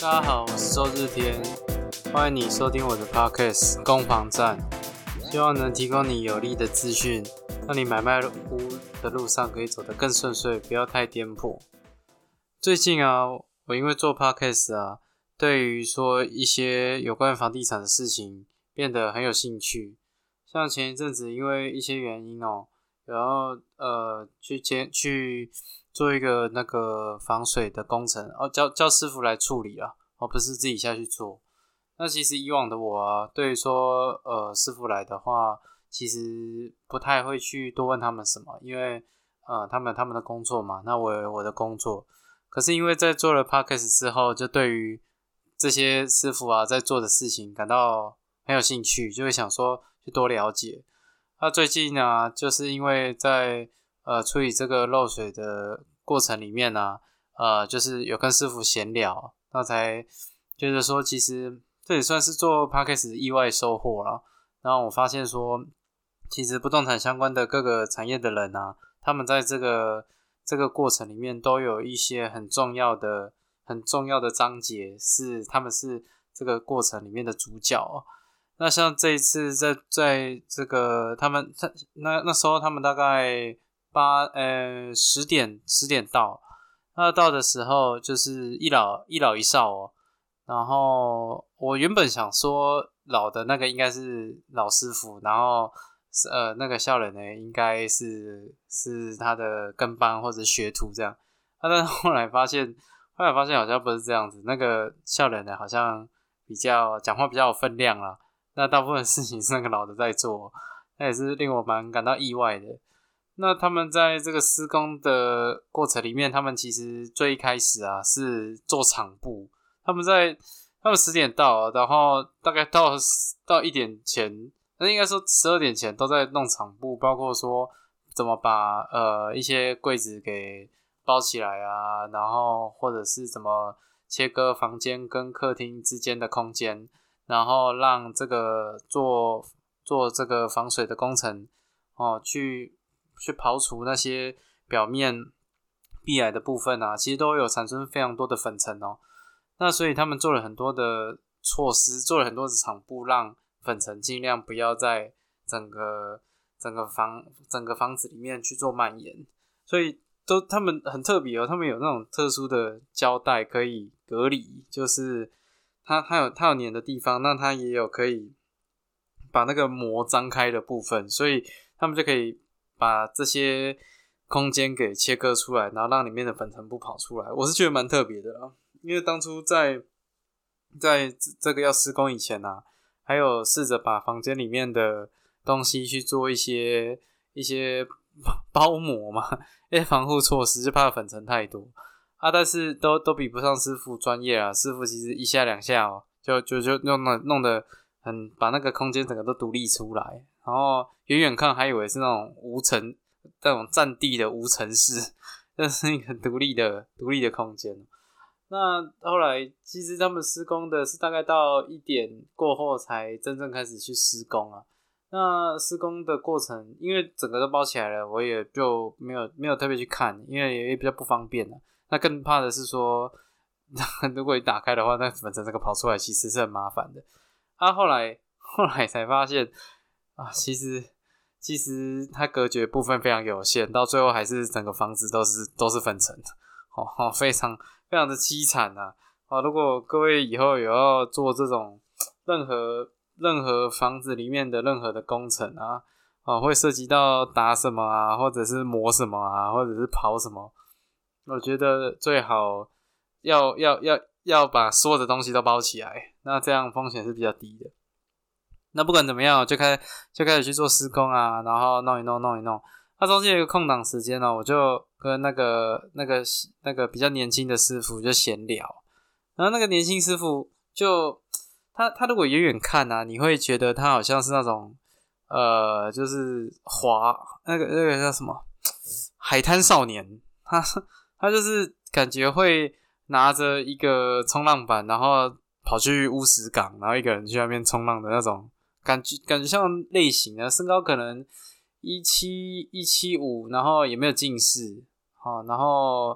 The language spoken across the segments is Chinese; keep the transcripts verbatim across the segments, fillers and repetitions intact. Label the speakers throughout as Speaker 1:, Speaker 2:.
Speaker 1: 大家好，我是周日天，欢迎你收听我的 Podcast 攻防战，希望能提供你有力的资讯，让你买卖屋的路上可以走得更顺遂，不要太颠簸。最近啊，我因为做 Podcast 啊，对于说一些有关房地产的事情变得很有兴趣。像前一阵子因为一些原因哦，然后呃去接去做一个那个防水的工程，哦叫叫师傅来处理啊，哦不是自己下去做。那其实以往的我啊，对于说呃师傅来的话，其实不太会去多问他们什么，因为呃他们他们的工作嘛，那我有我的工作。可是因为在做了 podcast 之后，就对于这些师傅啊在做的事情感到很有兴趣，就会想说去多了解。那最近啊，就是因为在呃处理这个漏水的过程里面啊，呃就是有跟师傅闲聊，那才觉得说其实这也算是做 podcast 的意外收获啦。然后我发现说，其实不动产相关的各个产业的人啊，他们在这个这个过程里面都有一些很重要的很重要的章节，是他们是这个过程里面的主角哦。那像这一次在在这个他们那那时候他们大概八呃十点十点到，那到的时候就是一老一老一少哦。然后我原本想说老的那个应该是老师傅，然后呃那个少人呢应该是是他的跟班或者学徒这样。啊、但是后来发现后来发现好像不是这样子，那个少人呢好像比较讲话比较有分量啦。那大部分事情是那个老的在做，那也是令我蛮感到意外的。那他们在这个施工的过程里面，他们其实最一开始啊是做场布，他们在他们十点到，然后大概到到一点前，那应该说十二点前都在弄场布，包括说怎么把呃一些柜子给包起来啊，然后或者是怎么切割房间跟客厅之间的空间。然后让这个做做这个防水的工程哦，去去刨除那些表面壁癌的部分啊，其实都有产生非常多的粉尘哦。那所以他们做了很多的措施，做了很多的场布，让粉尘尽量不要在整个整个房整个房子里面去做蔓延。所以都他们很特别哦，他们有那种特殊的胶带可以隔离，就是。它它有它有粘的地方，那它也有可以把那个膜张开的部分，所以他们就可以把这些空间给切割出来，然后让里面的粉尘不跑出来。我是觉得蛮特别的啦，因为当初在在这个要施工以前啊，还有试着把房间里面的东西去做一些一些包膜嘛，一些防护措施，就怕粉尘太多。啊，但是都都比不上师傅专业啦。师傅其实一下两下哦，就就就弄得弄得很，把那个空间整个都独立出来。然后远远看还以为是那种无尘那种占地的无尘室，这是一个独立的独立的空间。那后来其实他们施工的是大概到一点过后才真正开始去施工啊。那施工的过程，因为整个都包起来了，我也就没有没有特别去看，因为也比较不方便了。那更怕的是说，如果你打开的话，那粉尘这个跑出来其实是很麻烦的。啊，后来后来才发现啊，其实其实它隔绝部分非常有限，到最后还是整个房子都是都是粉尘，哦哦，非常非常的凄惨啊！啊，如果各位以后有要做这种任何任何房子里面的任何的工程啊，啊，会涉及到打什么啊，或者是磨什么啊，或者是刨什么。我觉得最好要要要要把所有的东西都包起来，那这样风险是比较低的。那不管怎么样，就开就开始去做施工啊，然后弄一弄弄一弄。那中间有一个空档时间呢，我就跟那个那个那个比较年轻的师傅就闲聊。然后那个年轻师傅就他他如果远远看啊，你会觉得他好像是那种呃，就是滑那个那个叫什么海滩少年，他。他就是感觉会拿着一个冲浪板，然后跑去乌石港，然后一个人去那边冲浪的那种感觉，感觉像类型的，身高可能一七一七五，然后也没有近视，好，然后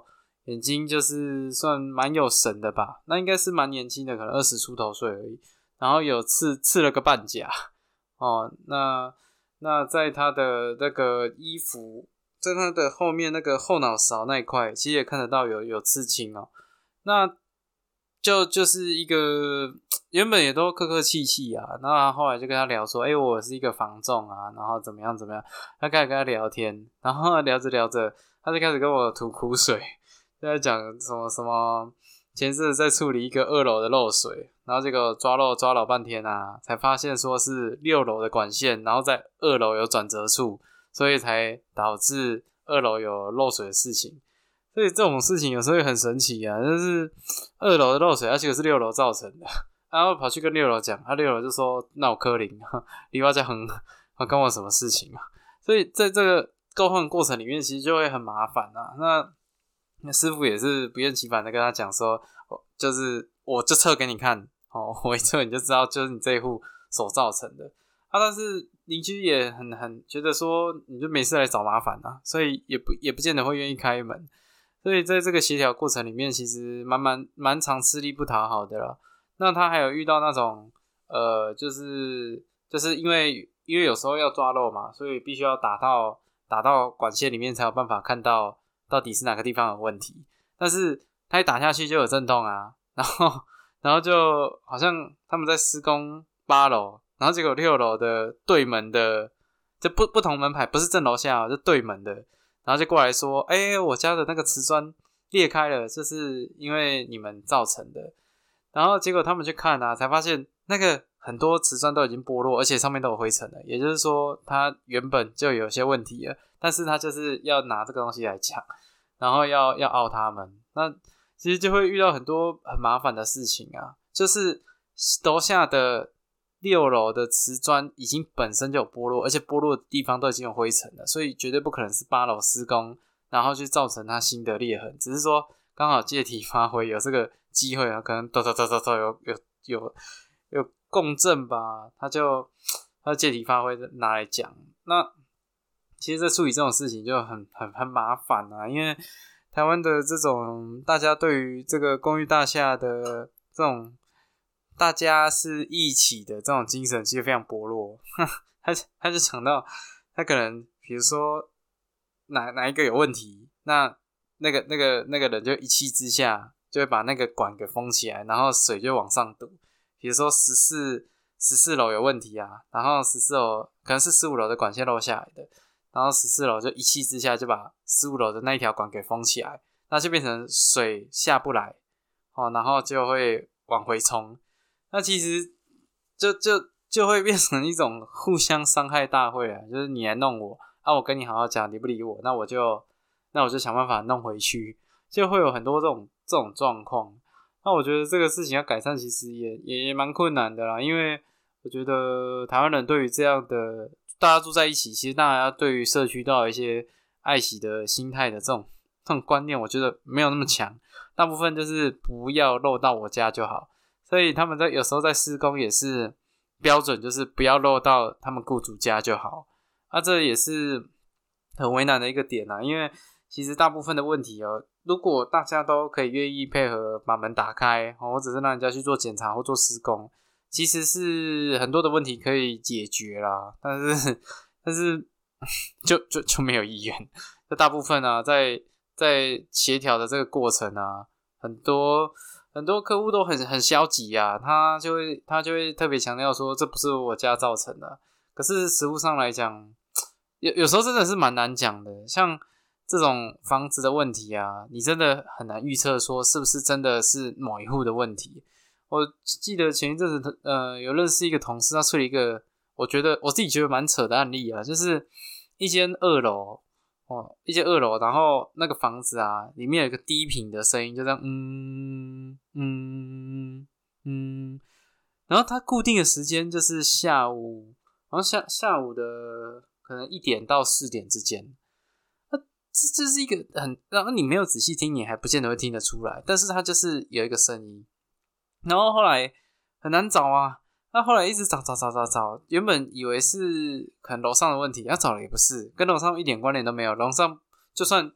Speaker 1: 眼睛就是算蛮有神的吧，那应该是蛮年轻的，可能二十出头岁而已。然后有刺刺了个半甲哦，那那在他的那个衣服，在他的后面那个后脑勺那一块，其实也看得到有有刺青哦。那就就是一个原本也都客客气气啊，然后他后来就跟他聊说，哎、欸，我是一个房仲啊，然后怎么样怎么样，他开始跟他聊天，然后聊着聊着，他就开始跟我吐苦水。就在讲什么什么，前次在处理一个二楼的漏水，然后结果抓漏抓老半天啊，才发现说是六楼的管线，然后在二楼有转折处，所以才导致二楼有漏水的事情。所以这种事情有时候也很神奇啊，就是二楼的漏水，而且是六楼造成的，然后跑去跟六楼讲，他六楼就说那我柯林，你要再很跟我什么事情嘛？所以在这个沟通的过程里面，其实就会很麻烦啊。那那师傅也是不厌其烦的跟他讲说，就是我就测给你看，哦，我一测你就知道，就是你这一户所造成的啊。但是邻居也很很觉得说，你就没事来找麻烦啊，所以也不也不见得会愿意开门。所以在这个协调过程里面，其实蛮蛮蛮常吃力不讨好的啦。那他还有遇到那种呃，就是就是因为因为有时候要抓漏嘛，所以必须要打到打到管线里面才有办法看到到底是哪个地方有问题。但是他一打下去就有震动啊，然后然后就好像他们在施工八楼，然后结果六楼的对门的这不不同门牌，不是正楼下哦，就对门的。然后就过来说，哎、欸，我家的那个瓷砖裂开了，这是因为你们造成的。然后结果他们去看啊，才发现那个很多瓷砖都已经剥落，而且上面都有灰尘了。也就是说，它原本就有些问题了，但是他就是要拿这个东西来抢，然后要要凹他们。那其实就会遇到很多很麻烦的事情啊，就是楼下的六楼的瓷砖已经本身就有剥落，而且剥落的地方都已经有灰尘了，所以绝对不可能是八楼施工然后去造成它新的裂痕，只是说刚好借题发挥，有这个机会啊，可能抖抖抖抖抖有有有有共振吧，他就他就借题发挥拿来讲。那其实这处理这种事情就很很很麻烦啊，因为台湾的这种大家对于这个公寓大厦的这种大家是一起的这种精神其实非常薄弱。他他就讲到他可能比如说哪哪一个有问题，那那个那个那个人就一气之下就会把那个管给封起来，然后水就往上堵。比如说十四十四楼有问题啊，然后十四楼可能是十五楼的管线漏下来的，然后十四楼就一气之下就把十五楼的那一条管给封起来，那就变成水下不来，哦，然后就会往回冲。那其实就就就会变成一种互相伤害大会啊，就是你来弄我啊，我跟你好好讲，你不理我，那我就那我就想办法弄回去，就会有很多这种这种状况。那我觉得这个事情要改善，其实也也也蛮困难的啦，因为我觉得台湾人对于这样的大家住在一起，其实大家对于社区都有一些爱惜的心态的这种这种观念，我觉得没有那么强，大部分就是不要漏到我家就好。所以他们在有时候在施工也是标准，就是不要漏到他们雇主家就好。啊，这也是很为难的一个点啊，因为其实大部分的问题哦，如果大家都可以愿意配合把门打开，哦，或者是让人家去做检查或做施工，其实是很多的问题可以解决啦。但是但是就就就没有意愿。就大部分啊，在在协调的这个过程啊，很多。很多客户都很很消极啊，他就会他就会特别强调说这不是我家造成的。可是实务上来讲，有有时候真的是蛮难讲的。像这种房子的问题啊，你真的很难预测说是不是真的是某一户的问题。我记得前一阵子呃有认识一个同事，他处理一个我觉得我自己觉得蛮扯的案例啊，就是一间二楼。哦，一间二楼，然后那个房子啊，里面有一个低频的声音，就这样，嗯嗯嗯，然后它固定的时间就是下午，然后下下午的可能一点到四点之间，那这这是一个很，然后你没有仔细听，你还不见得会听得出来，但是它就是有一个声音，然后后来很难找啊。那后来一直找找找找找，原本以为是可能楼上的问题，要找了也不是，跟楼上一点关联都没有。楼上就算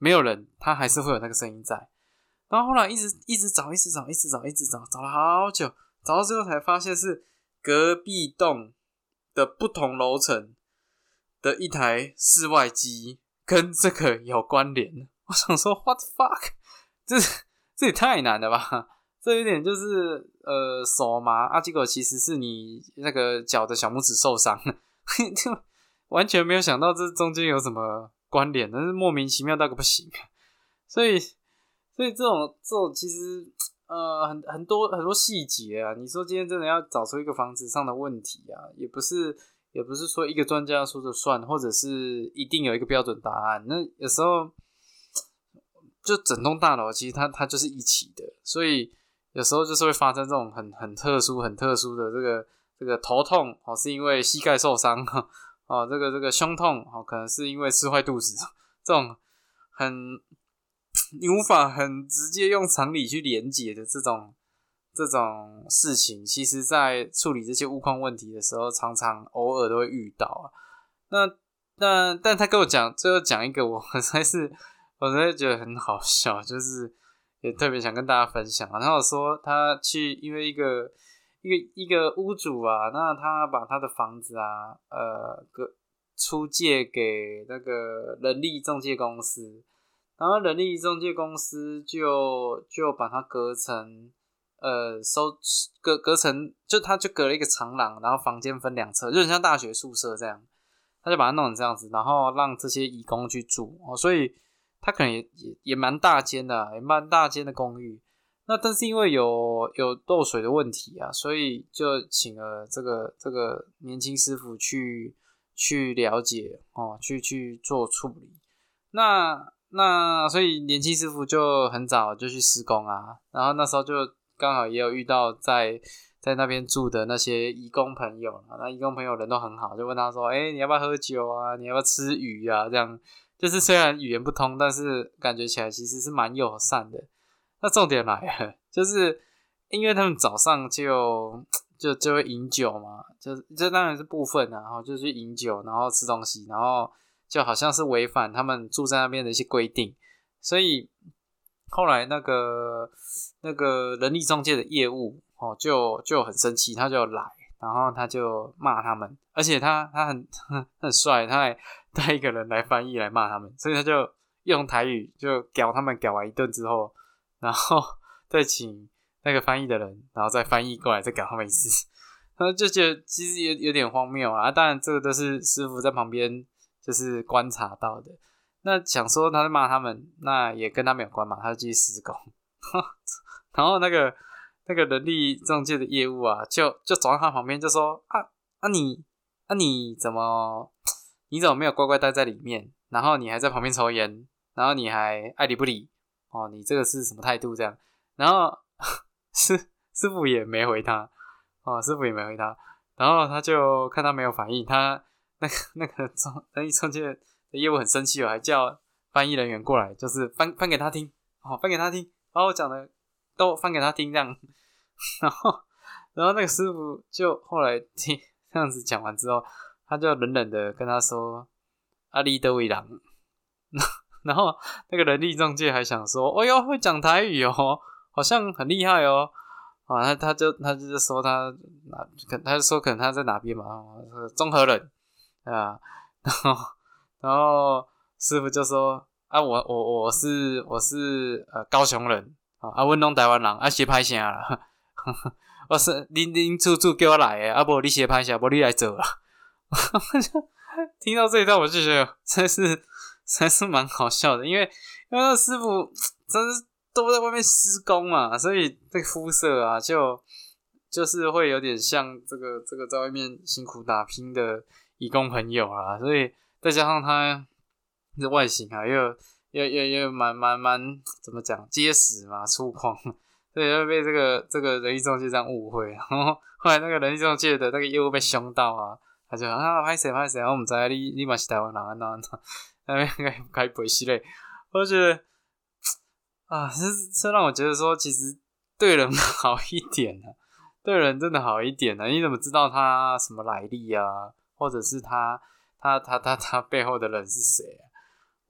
Speaker 1: 没有人，他还是会有那个声音在。然后后来一直一直找，一直找，一直找，一直找，找了好久，找到最后才发现是隔壁栋的不同楼层的一台室外机跟这个有关联。我想说 ，what the fuck， 这这也太难了吧？这有点就是呃手麻啊，结果其实是你那个脚的小拇指受伤了，就完全没有想到这中间有什么关联，但是莫名其妙到个不行。所以，所以这种这种其实呃很很多很多细节啊，你说今天真的要找出一个房子上的问题啊，也不是也不是说一个专家说了算，或者是一定有一个标准答案。那有时候就整栋大楼其实它它就是一起的，所以有时候就是会发生这种很很特殊很特殊的这个这个头痛哦，是因为膝盖受伤哦，这个这个胸痛哦，可能是因为吃坏肚子，这种很你无法很直接用常理去连结的这种这种事情，其实在处理这些物况问题的时候，常常偶尔都会遇到啊。那那但他跟我讲，最后讲一个我实在是我实在觉得很好笑，就是也特别想跟大家分享。然后说他去，因为一个一个一个屋主啊，那他把他的房子啊，呃，出借给那个人力中介公司，然后人力中介公司就就把它隔成呃收隔隔成，就他就隔了一个长廊，然后房间分两侧，就很像大学宿舍这样，他就把它弄成这样子，然后让这些移工去住哦，所以他可能也也也蛮大间的、啊，也蛮大间的公寓。那但是因为有有漏水的问题啊，所以就请了这个这个年轻师傅去去了解哦，去去做处理。那那所以年轻师傅就很早就去施工啊，然后那时候就刚好也有遇到在在那边住的那些移工朋友啊，那移工朋友人都很好，就问他说：“哎、欸，你要不要喝酒啊？你要不要吃鱼啊？”这样就是虽然语言不通，但是感觉起来其实是蛮友善的。那重点来了，就是因为他们早上就就就会饮酒嘛，就这当然是部分啊，然后就去饮酒，然后吃东西，然后就好像是违反他们住在那边的一些规定，所以后来那个那个人力中介的业务哦，就就很生气，他就来，然后他就骂他们，而且他他很很帅，他还带一个人来翻译来骂他们，所以他就用台语就屌他们，屌完一顿之后。然后再请那个翻译的人，然后再翻译过来，再搞他们一次，然后就觉得其实有有点荒谬啊。当然，这个都是师傅在旁边就是观察到的。那想说他在骂他们，那也跟他们有关嘛，他就继续施工。然后那个那个人力中介的业务啊，就就走到他旁边就说：“啊啊你啊你怎么你怎么没有乖乖待在里面？然后你还在旁边抽烟，然后你还爱理不理。”哦，你这个是什么态度？这样，然后师师傅也没回他，哦，师傅也没回他，然后他就看他没有反应，他那个那个中人力中介的业务很生气哦，还叫翻译人员过来，就是翻翻给他听，哦，翻给他听，把我讲的都翻给他听这样，然后然后那个师傅就后来听这样子讲完之后，他就冷冷的跟他说：“阿里德维郎。”然后那个人力中介还想说：“哦哟，会讲台语哦，好像很厉害哦。”啊，他他就他就说他哪，他就说可能他在哪边嘛，中和人啊。然后然后师傅就说：“啊，我我我是我是呃高雄人啊，我拢台湾人啊，写拍声啦。我是恁恁厝厝叫我来的，啊，无你写拍声，无你来做啦。”听到这一段，我就觉得真是。还是蛮好笑的，因为因为那师傅真是都在外面施工嘛，所以这个肤色啊，就就是会有点像这个这个在外面辛苦打拼的移工朋友啊，所以再加上他的外形啊，又又又又蛮蛮蛮怎么讲结实嘛，粗犷，所以就被这个这个人力中介这样误会，然后后来那个人力中介的那个业务被凶到啊，他就啊拍谁拍谁，我唔知道你你嘛是台湾人啊那那。那边应该该不会系列，我觉得啊，这这让我觉得说，其实对人好一点啊，对人真的好一点啊。你怎么知道他什么来历啊？或者是他他他他他背后的人是谁啊？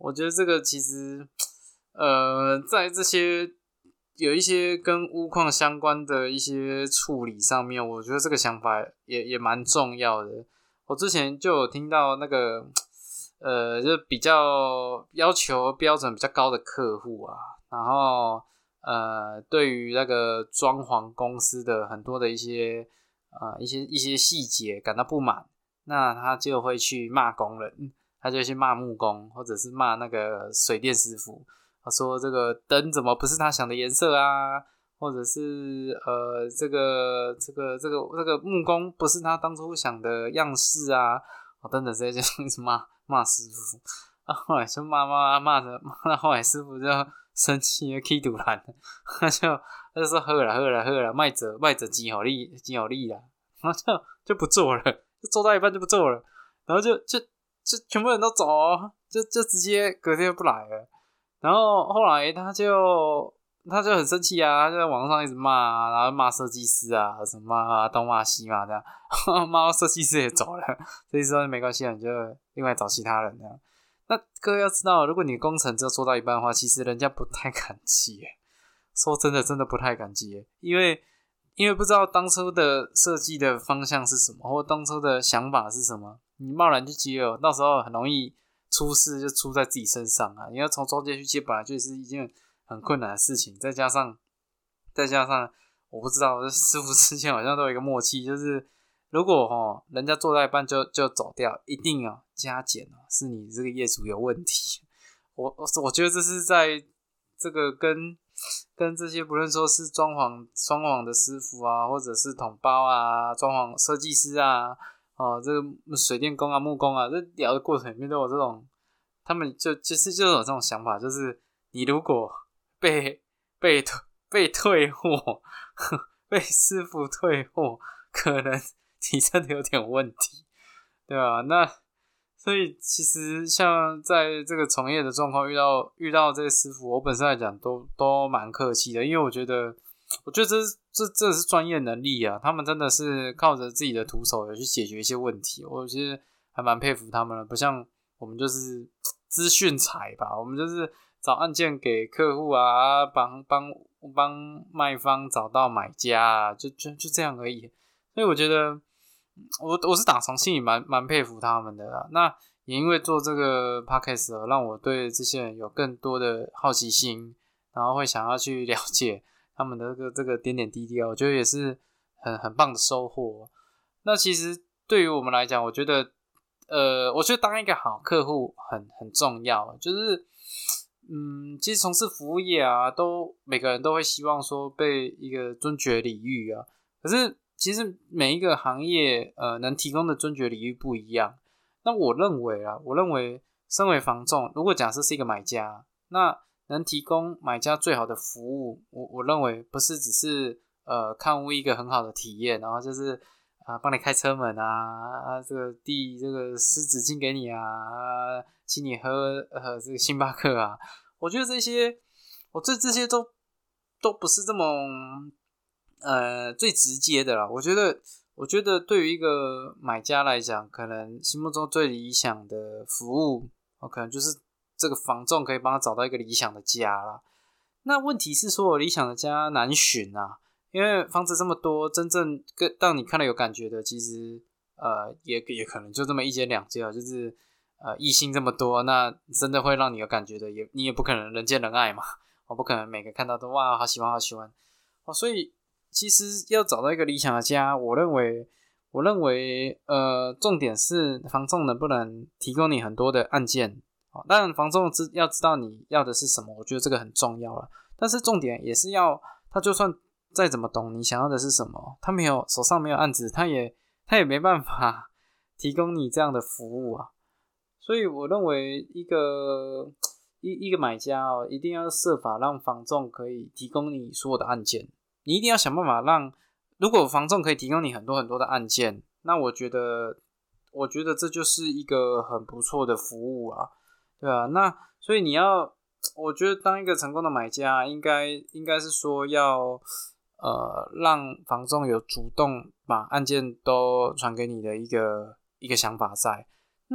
Speaker 1: 我觉得这个其实，呃，在这些有一些跟钨矿相关的一些处理上面，我觉得这个想法也也蛮重要的。我之前就有听到那个，呃，就比较要求标准比较高的客户啊，然后呃，对于那个装潢公司的很多的一些呃一些一些细节感到不满，那他就会去骂工人。他就去骂木工，或者是骂那个水电师傅。他说这个灯怎么不是他想的颜色啊？或者是呃，这个这个这个这个木工不是他当初想的样式啊？我等等，直接就一直骂骂师傅。啊，后来就骂骂骂着骂到后来师傅就生气了，气堵烂了，他就他就说好啦好啦好啦，卖者卖者钱好利钱好利啦，然后就就不做了，就做到一半就不做了，然后就就。就全部人都走哦，就就直接隔天就不来了。然后后来他就他就很生气啊，他就在网上一直骂啊，然后骂设计师啊，什么骂东骂西嘛这样，骂到设计师也走了，设计师说没关系，你就另外找其他人这样。那各位要知道，如果你工程只有做到一半的话，其实人家不太感激耶。说真的，真的不太感激耶，因为因为不知道当初的设计的方向是什么，或当初的想法是什么。你贸然去接了，到时候很容易出事，就出在自己身上啊！你要从中间去接，本来就是一件很困难的事情，再加上再加上我不知道，师傅之前好像都有一个默契，就是如果齁人家做到一半就就走掉，一定哦加减哦，是你这个业主有问题。我我我觉得这是在这个跟跟这些不论说是装潢装潢的师傅啊，或者是统包啊，装潢设计师啊。哦，这个水电工啊、木工啊，这聊的过程里面都有这种，他们就其实就有这种想法，就是你如果被被退被退货，被师傅退货，可能你真的有点问题，对吧？那所以其实像在这个从业的状况，遇到遇到这些师傅，我本身来讲都都蛮客气的，因为我觉得。我觉得这这这是专业能力啊，他们真的是靠着自己的徒手有去解决一些问题，我其实还蛮佩服他们的，不像我们就是资讯财吧，我们就是找案件给客户啊，帮帮帮卖方找到买家啊，就就就这样而已。所以我觉得我我是打从心里蛮蛮佩服他们的啦。那也因为做这个 podcast 让我对这些人有更多的好奇心，然后会想要去了解。他们的这个这个点点滴滴，我觉得也是很很棒的收获。那其实对于我们来讲，我觉得，呃，我觉得当一个好客户很很重要。就是，嗯，其实从事服务业啊，都每个人都会希望说被一个尊爵礼遇啊。可是其实每一个行业，呃，能提供的尊爵礼遇不一样。那我认为啊，我认为身为房仲，如果假设是一个买家，那能提供买家最好的服务，我我认为不是只是呃看屋一个很好的体验，然后就是啊帮你开车门啊，啊这个递这个湿纸巾给你啊，啊请你喝呃这个星巴克啊，我觉得这些我这这些都都不是这么呃最直接的啦。我觉得我觉得对于一个买家来讲，可能心目中最理想的服务，哦可能就是。这个房仲可以帮他找到一个理想的家啦。那问题是说理想的家难寻啊，因为房子这么多，真正让你看了有感觉的，其实呃也也可能就这么一间两间，就是呃异性这么多，那真的会让你有感觉的，也你也不可能人见人爱嘛，我不可能每个看到都哇好喜欢好喜欢哦。所以其实要找到一个理想的家，我认为我认为呃重点是房仲能不能提供你很多的案件。当然房仲知要知道你要的是什么，我觉得这个很重要啦。但是重点也是要他就算再怎么懂你想要的是什么，他没有手上没有案子，他也他也没办法提供你这样的服务啊。所以我认为一个一一个买家哦，一定要设法让房仲可以提供你所有的案件，你一定要想办法让，如果房仲可以提供你很多很多的案件，那我觉得我觉得这就是一个很不错的服务啊。对啊，那所以你要，我觉得当一个成功的买家，应该应该是说要，呃，让房仲有主动把案件都传给你的一个一个想法在。那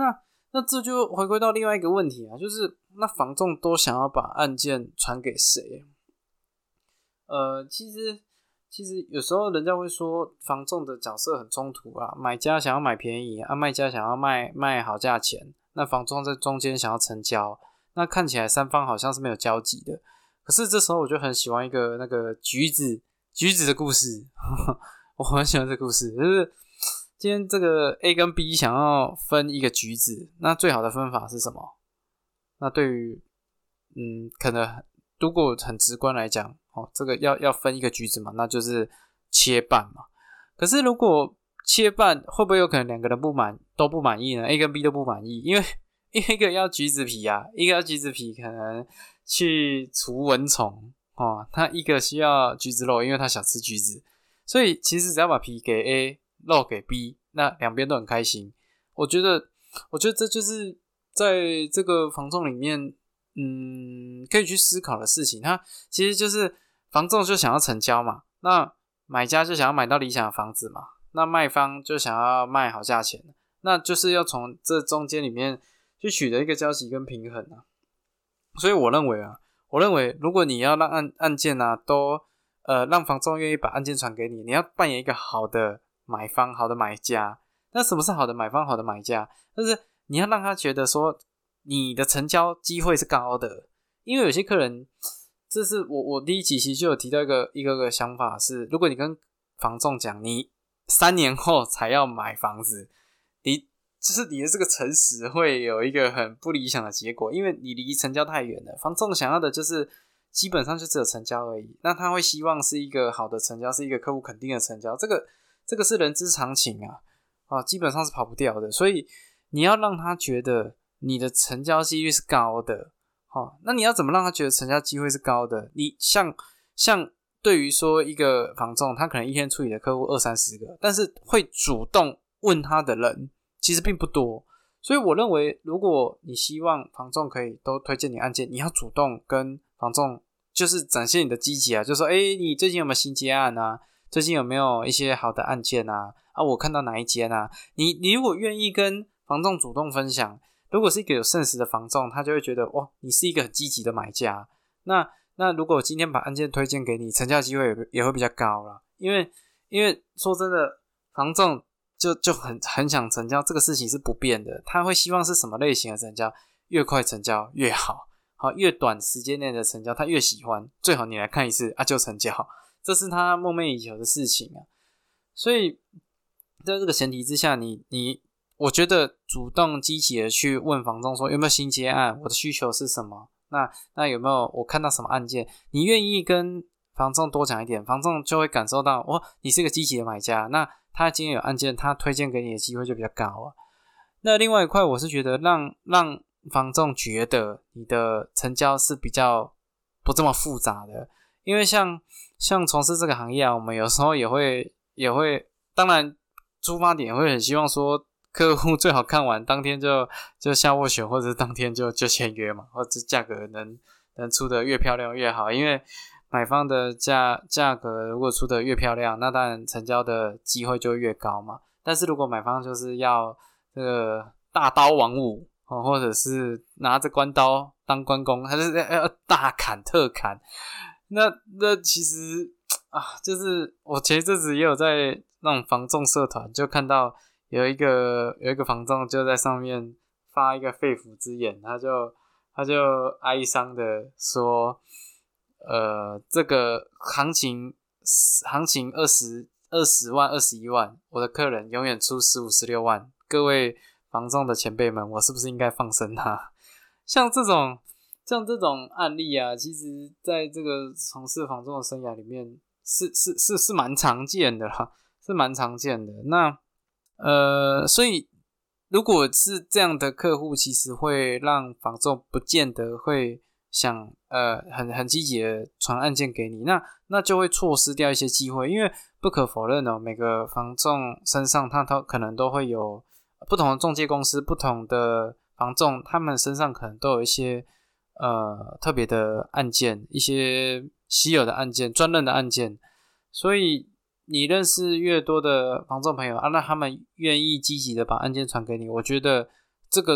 Speaker 1: 那这就回归到另外一个问题啊，就是那房仲都想要把案件传给谁？呃，其实其实有时候人家会说房仲的角色很冲突啊，买家想要买便宜啊，卖家想要卖卖好价钱，那房仲在中间想要成交，那看起来三方好像是没有交集的。可是这时候我就很喜欢一个那个橘子橘子的故事，我很喜欢这个故事，就是今天这个 A 跟 B 想要分一个橘子，那最好的分法是什么？那对于嗯，可能如果很直观来讲，哦，这个要要分一个橘子嘛，那就是切半嘛。可是如果切半，会不会有可能两个人不满都不满意呢 ？A 跟 B 都不满意，因为因为一个要橘子皮啊，一个要橘子皮，可能去除蚊虫哦，他一个需要橘子肉，因为他想吃橘子，所以其实只要把皮给 A， 肉给 B， 那两边都很开心。我觉得，我觉得这就是在这个房仲里面。嗯，可以去思考的事情，它其实就是房仲就想要成交嘛，那买家就想要买到理想的房子嘛，那卖方就想要卖好价钱，那就是要从这中间里面去取得一个交集跟平衡啊。所以我认为啊，我认为如果你要让案案件啊都呃让房仲愿意把案件传给你，你要扮演一个好的买方、好的买家。那什么是好的买方、好的买家？就是你要让他觉得说。你的成交机会是高的，因为有些客人，这是我我第一集其实就有提到一个一个个想法是，如果你跟房仲讲你三年后才要买房子，你就是你的这个诚实会有一个很不理想的结果，因为你离成交太远了。房仲想要的就是基本上就只有成交而已，那他会希望是一个好的成交，是一个客户肯定的成交，这个这个是人之常情啊，啊，基本上是跑不掉的，所以你要让他觉得。你的成交几率是高的，哦，那你要怎么让他觉得成交机会是高的？你像像对于说一个房仲，他可能一天处理的客户二三十个，但是会主动问他的人其实并不多，所以我认为，如果你希望房仲可以都推荐你案件，你要主动跟房仲就是展现你的积极啊，就说，诶，你最近有没有新接案啊？最近有没有一些好的案件啊？啊，我看到哪一间啊？你你如果愿意跟房仲主动分享。如果是一个有现实的房仲，他就会觉得哇，你是一个很积极的买家。那那如果我今天把案件推荐给你，成交机会也也会比较高啦。因为因为说真的，房仲就就很很想成交，这个事情是不变的。他会希望是什么类型的成交，越快成交越好，好越短时间内的成交他越喜欢。最好你来看一次啊就成交，这是他梦寐以求的事情啊。所以在这个前提之下，你你。我觉得主动积极的去问房仲说有没有新接案，我的需求是什么？那那有没有我看到什么案件？你愿意跟房仲多讲一点，房仲就会感受到哦，你是个积极的买家，那他今天有案件，他推荐给你的机会就比较高啊。那另外一块，我是觉得让让房仲觉得你的成交是比较不这么复杂的，因为像像从事这个行业啊，我们有时候也会也会，当然出发点会很希望说。客户最好看完当天就就下斡旋，或者是当天就就签约嘛，或者价格能能出的越漂亮越好，因为买方的价价格如果出的越漂亮，那当然成交的机会就越高嘛。但是如果买方就是要这个大刀王五、哦、或者是拿着关刀当关公，他就是要大砍特砍，那那其实啊，就是我前一阵子也有在那种房仲社团就看到。有一个有一个房仲就在上面发一个肺腑之言，他就他就哀伤的说，呃，这个行情行情二十二十万二十一万，我的客人永远出十五十六万，各位房仲的前辈们，我是不是应该放生他？像这种像这种案例啊，其实在这个从事房仲的生涯里面是是是是蛮常见的啦，是蛮常见的。那呃，所以如果是这样的客户，其实会让房仲不见得会想呃很很积极的传案件给你，那那就会错失掉一些机会，因为不可否认哦，每个房仲身上他他可能都会有不同的中介公司，不同的房仲，他们身上可能都有一些呃特别的案件，一些稀有的案件，专任的案件，所以。你认识越多的房仲朋友啊，那他们愿意积极的把案件传给你，我觉得这个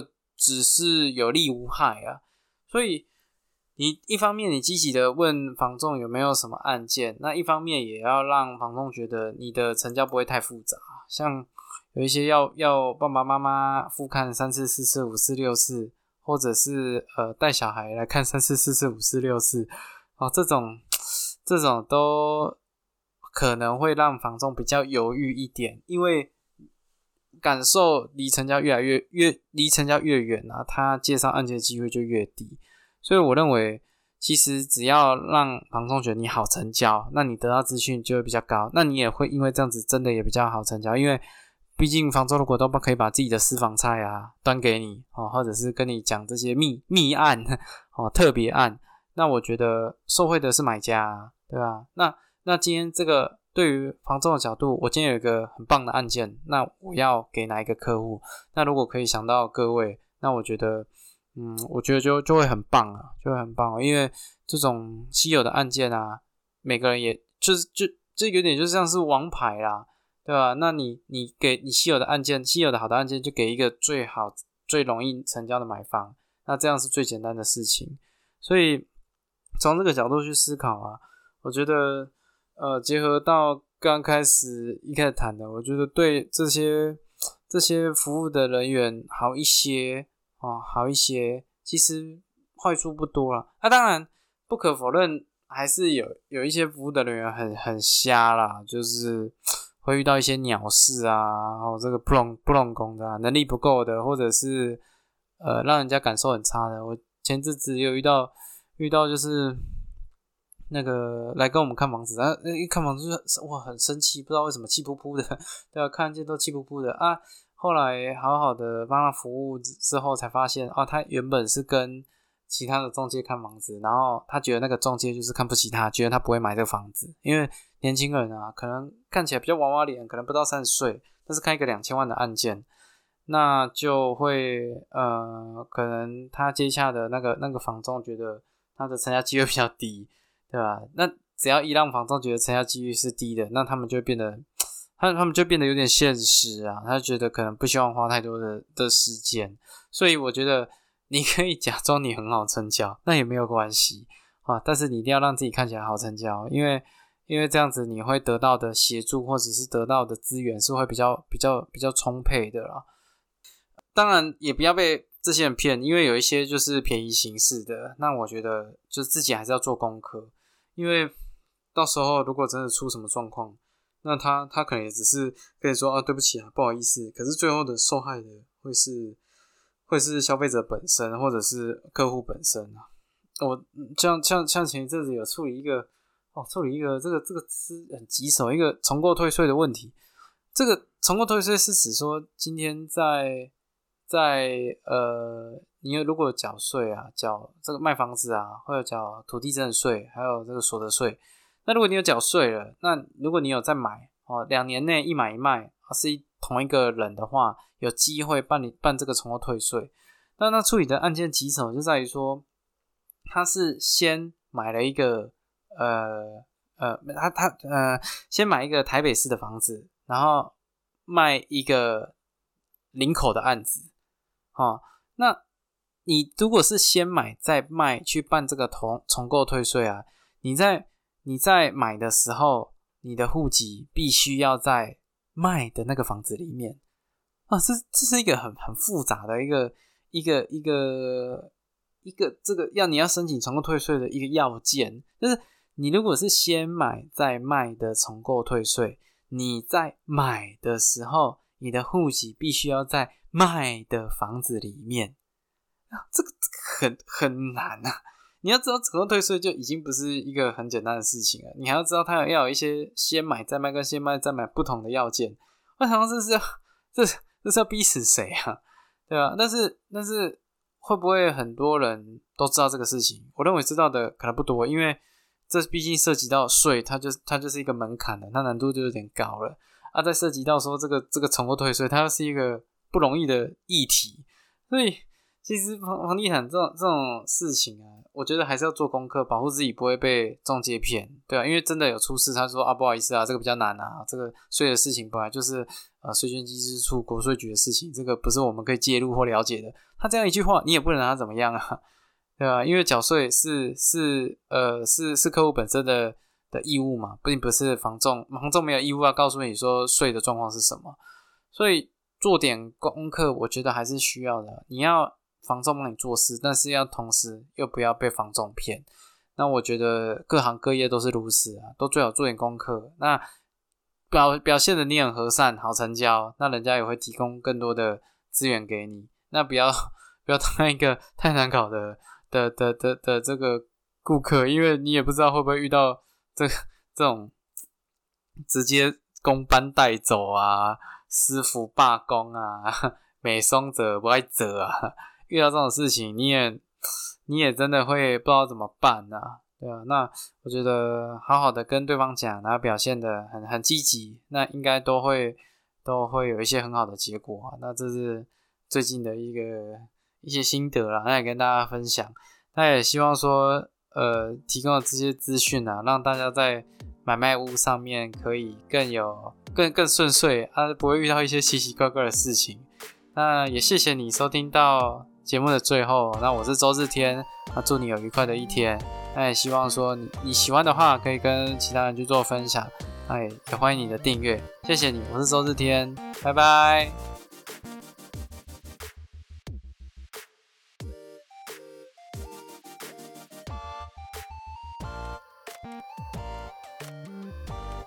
Speaker 1: 只是有利无害啊。所以你一方面你积极的问房仲有没有什么案件，那一方面也要让房仲觉得你的成交不会太复杂，像有一些要要爸爸妈妈复看三次四次五次六次，或者是呃带小孩来看三次四次五次六次，哦，这种这种都可能会让房仲比较犹豫一点，因为感受离成交越来越越离成交越远啊，他介绍案件的机会就越低。所以我认为其实只要让房仲觉得你好成交，那你得到资讯就会比较高，那你也会因为这样子真的也比较好成交，因为毕竟房仲如果都可以把自己的私房菜啊端给你，哦，或者是跟你讲这些秘秘案哦特别案，那我觉得受惠的是买家啊，对吧？那那今天这个对于房仲的角度，我今天有一个很棒的案件，那我要给哪一个客户？那如果可以想到各位，那我觉得嗯，我觉得就就会很棒啊，就会很棒、啊，因为这种稀有的案件啊，每个人也就是就就有点就像是王牌啦，对吧？那你你给你稀有的案件，稀有的好的案件，就给一个最好最容易成交的买方，那这样是最简单的事情。所以从这个角度去思考啊，我觉得呃，结合到刚开始一开始谈的，我觉得对这些这些服务的人员好一些。哦，好一些，其实坏处不多啦。那、啊、当然不可否认，还是有有一些服务的人员很很瞎啦，就是会遇到一些鸟事啊，然后这个不拢不拢工的、啊，能力不够的，或者是呃让人家感受很差的。我前阵子有遇到遇到就是那个来跟我们看房子，然后一看房子就是哇很生气，不知道为什么气噗噗的，对啊，看见都气噗噗的啊。后来好好的帮他服务之后才发现，哦，他原本是跟其他的中介看房子，然后他觉得那个中介就是看不起他，觉得他不会买这个房子，因为年轻人啊，可能看起来比较娃娃脸，可能不到三十岁，但是看一个两千万的案件，那就会呃，可能他接下的那个那个房仲觉得他的成交机会比较低，对吧？那只要一让房仲觉得成交机率是低的，那他们就会变得。他他们就变得有点现实啊，他觉得可能不希望花太多的的时间，所以我觉得你可以假装你很好成交，那也没有关系啊，但是你一定要让自己看起来好成交，因为因为这样子你会得到的协助或者是得到的资源是会比较比较比较充沛的啦。当然也不要被这些人骗，因为有一些就是便宜行事的，那我觉得就自己还是要做功课，因为到时候如果真的出什么状况。那他他可能也只是跟你说啊，对不起啊，不好意思。可是最后的受害的会是会是消费者本身，或者是客户本身啊。我像像像前一阵子有处理一个哦，处理一个这个这个是很棘手一个重购退税的问题。这个重购退税是指说，今天在在呃，你如果缴税啊，缴这个卖房子啊，会有缴土地增值税，还有这个所得税。那如果你有缴税了，那如果你有在买哦，两年内一买一卖，是同一个人的话，有机会办理办这个重购退税。那那处理的案件棘手就在于说，他是先买了一个呃呃，他他呃先买一个台北市的房子，然后卖一个林口的案子，哦，那你如果是先买再卖去办这个重重购退税啊，你在你在买的时候，你的户籍必须要在卖的那个房子里面啊，这这是一个很很复杂的一个一个一个一个这个要你要申请重购退税的一个要件，就是你如果是先买再卖的重购退税，你在买的时候，你的户籍必须要在卖的房子里面啊，这个这个很很难啊。你要知道重购退税就已经不是一个很简单的事情了，你还要知道它要有一些先买再卖跟先卖再买不同的要件。我想这是要这这是要逼死谁啊？对吧？但是但是会不会很多人都知道这个事情？我认为知道的可能不多，因为这毕竟涉及到税，它就它就是一个门槛了，它难度就有点高了啊。再涉及到说这个这个重购退税，它又是一个不容易的议题，所以。其实房房地产这种这种事情啊，我觉得还是要做功课，保护自己不会被中介骗，对啊，因为真的有出事，他说啊不好意思啊，这个比较难啊，这个税的事情本来就是呃税捐稽支处、国税局的事情，这个不是我们可以介入或了解的。他这样一句话，你也不能让他怎么样啊，对吧？因为缴税是是呃是是客户本身的的义务嘛，并不是房仲，房仲没有义务要告诉你说税的状况是什么，所以做点功课，我觉得还是需要的。你要房仲帮你做事，但是要同时又不要被房仲骗。那我觉得各行各业都是如此啊，都最好做点功课。那表表现的你很和善，好成交，那人家也会提供更多的资源给你。那不要不要当一个太难搞的的的的的这个顾客，因为你也不知道会不会遇到这这种直接工班带走啊。师傅罢工啊，美松者不爱者啊，遇到这种事情你也你也真的会不知道怎么办啊，对啊，那我觉得好好的跟对方讲，然后表现得很很积极，那应该都会都会有一些很好的结果啊。那这是最近的一个一些心得啦，那也跟大家分享。那也希望说呃提供的这些资讯啊，让大家在买卖屋上面可以更有更更顺遂啊，不会遇到一些奇奇怪怪的事情。那也谢谢你收听到节目的最后，那我是周日天，那祝你有愉快的一天。那也希望说你你喜欢的话，可以跟其他人去做分享，那也也欢迎你的订阅，谢谢你，我是周日天，拜拜。